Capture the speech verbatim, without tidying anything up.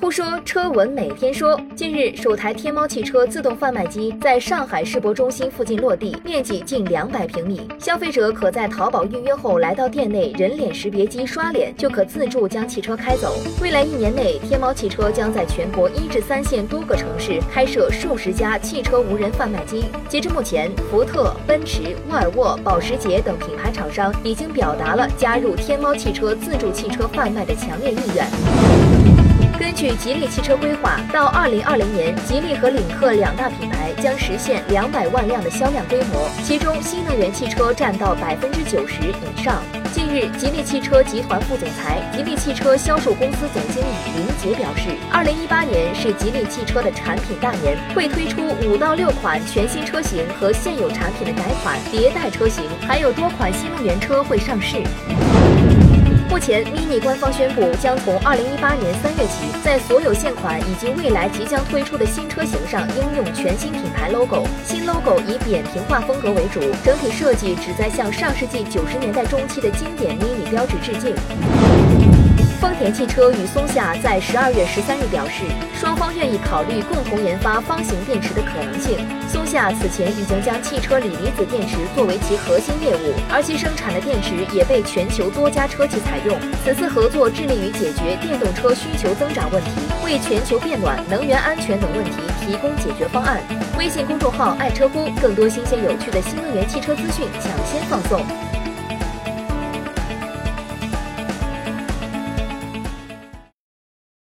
不说车闻每天说。近日，首台天猫汽车自动贩卖机在上海世博中心附近落地，面积近两百平米。消费者可在淘宝预约后来到店内人脸识别机刷脸，就可自助将汽车开走。未来一年内，天猫汽车将在全国一至三线多个城市开设数十家汽车无人贩卖机。截至目前，福特、奔驰、沃尔沃、保时捷等品牌厂商已经表达了加入天猫汽车自助汽车贩卖的强烈意愿。根据吉利汽车规划，到二零二零年，吉利和领克两大品牌将实现两百万辆的销量规模，其中新能源汽车占到百分之九十以上。近日，吉利汽车集团副总裁、吉利汽车销售公司总经理林杰表示，二零一八年是吉利汽车的产品大年，会推出五到六款全新车型和现有产品的改款、迭代车型，还有多款新能源车会上市。目前 ，Mini 官方宣布将从二零一八年三月起，在所有现款以及未来即将推出的新车型上应用全新品牌 logo。新 logo 以扁平化风格为主，整体设计旨在向上世纪九十年代中期的经典 Mini 标志致敬。丰田汽车与松下在十二月十三日表示，双方愿意考虑共同研发方形电池的可能性。松下此前已经将汽车锂离子电池作为其核心业务，而其生产的电池也被全球多家车企采用。此次合作致力于解决电动车需求增长问题，为全球变暖、能源安全等问题提供解决方案。微信公众号爱车乎，更多新鲜有趣的新能源汽车资讯抢先放送。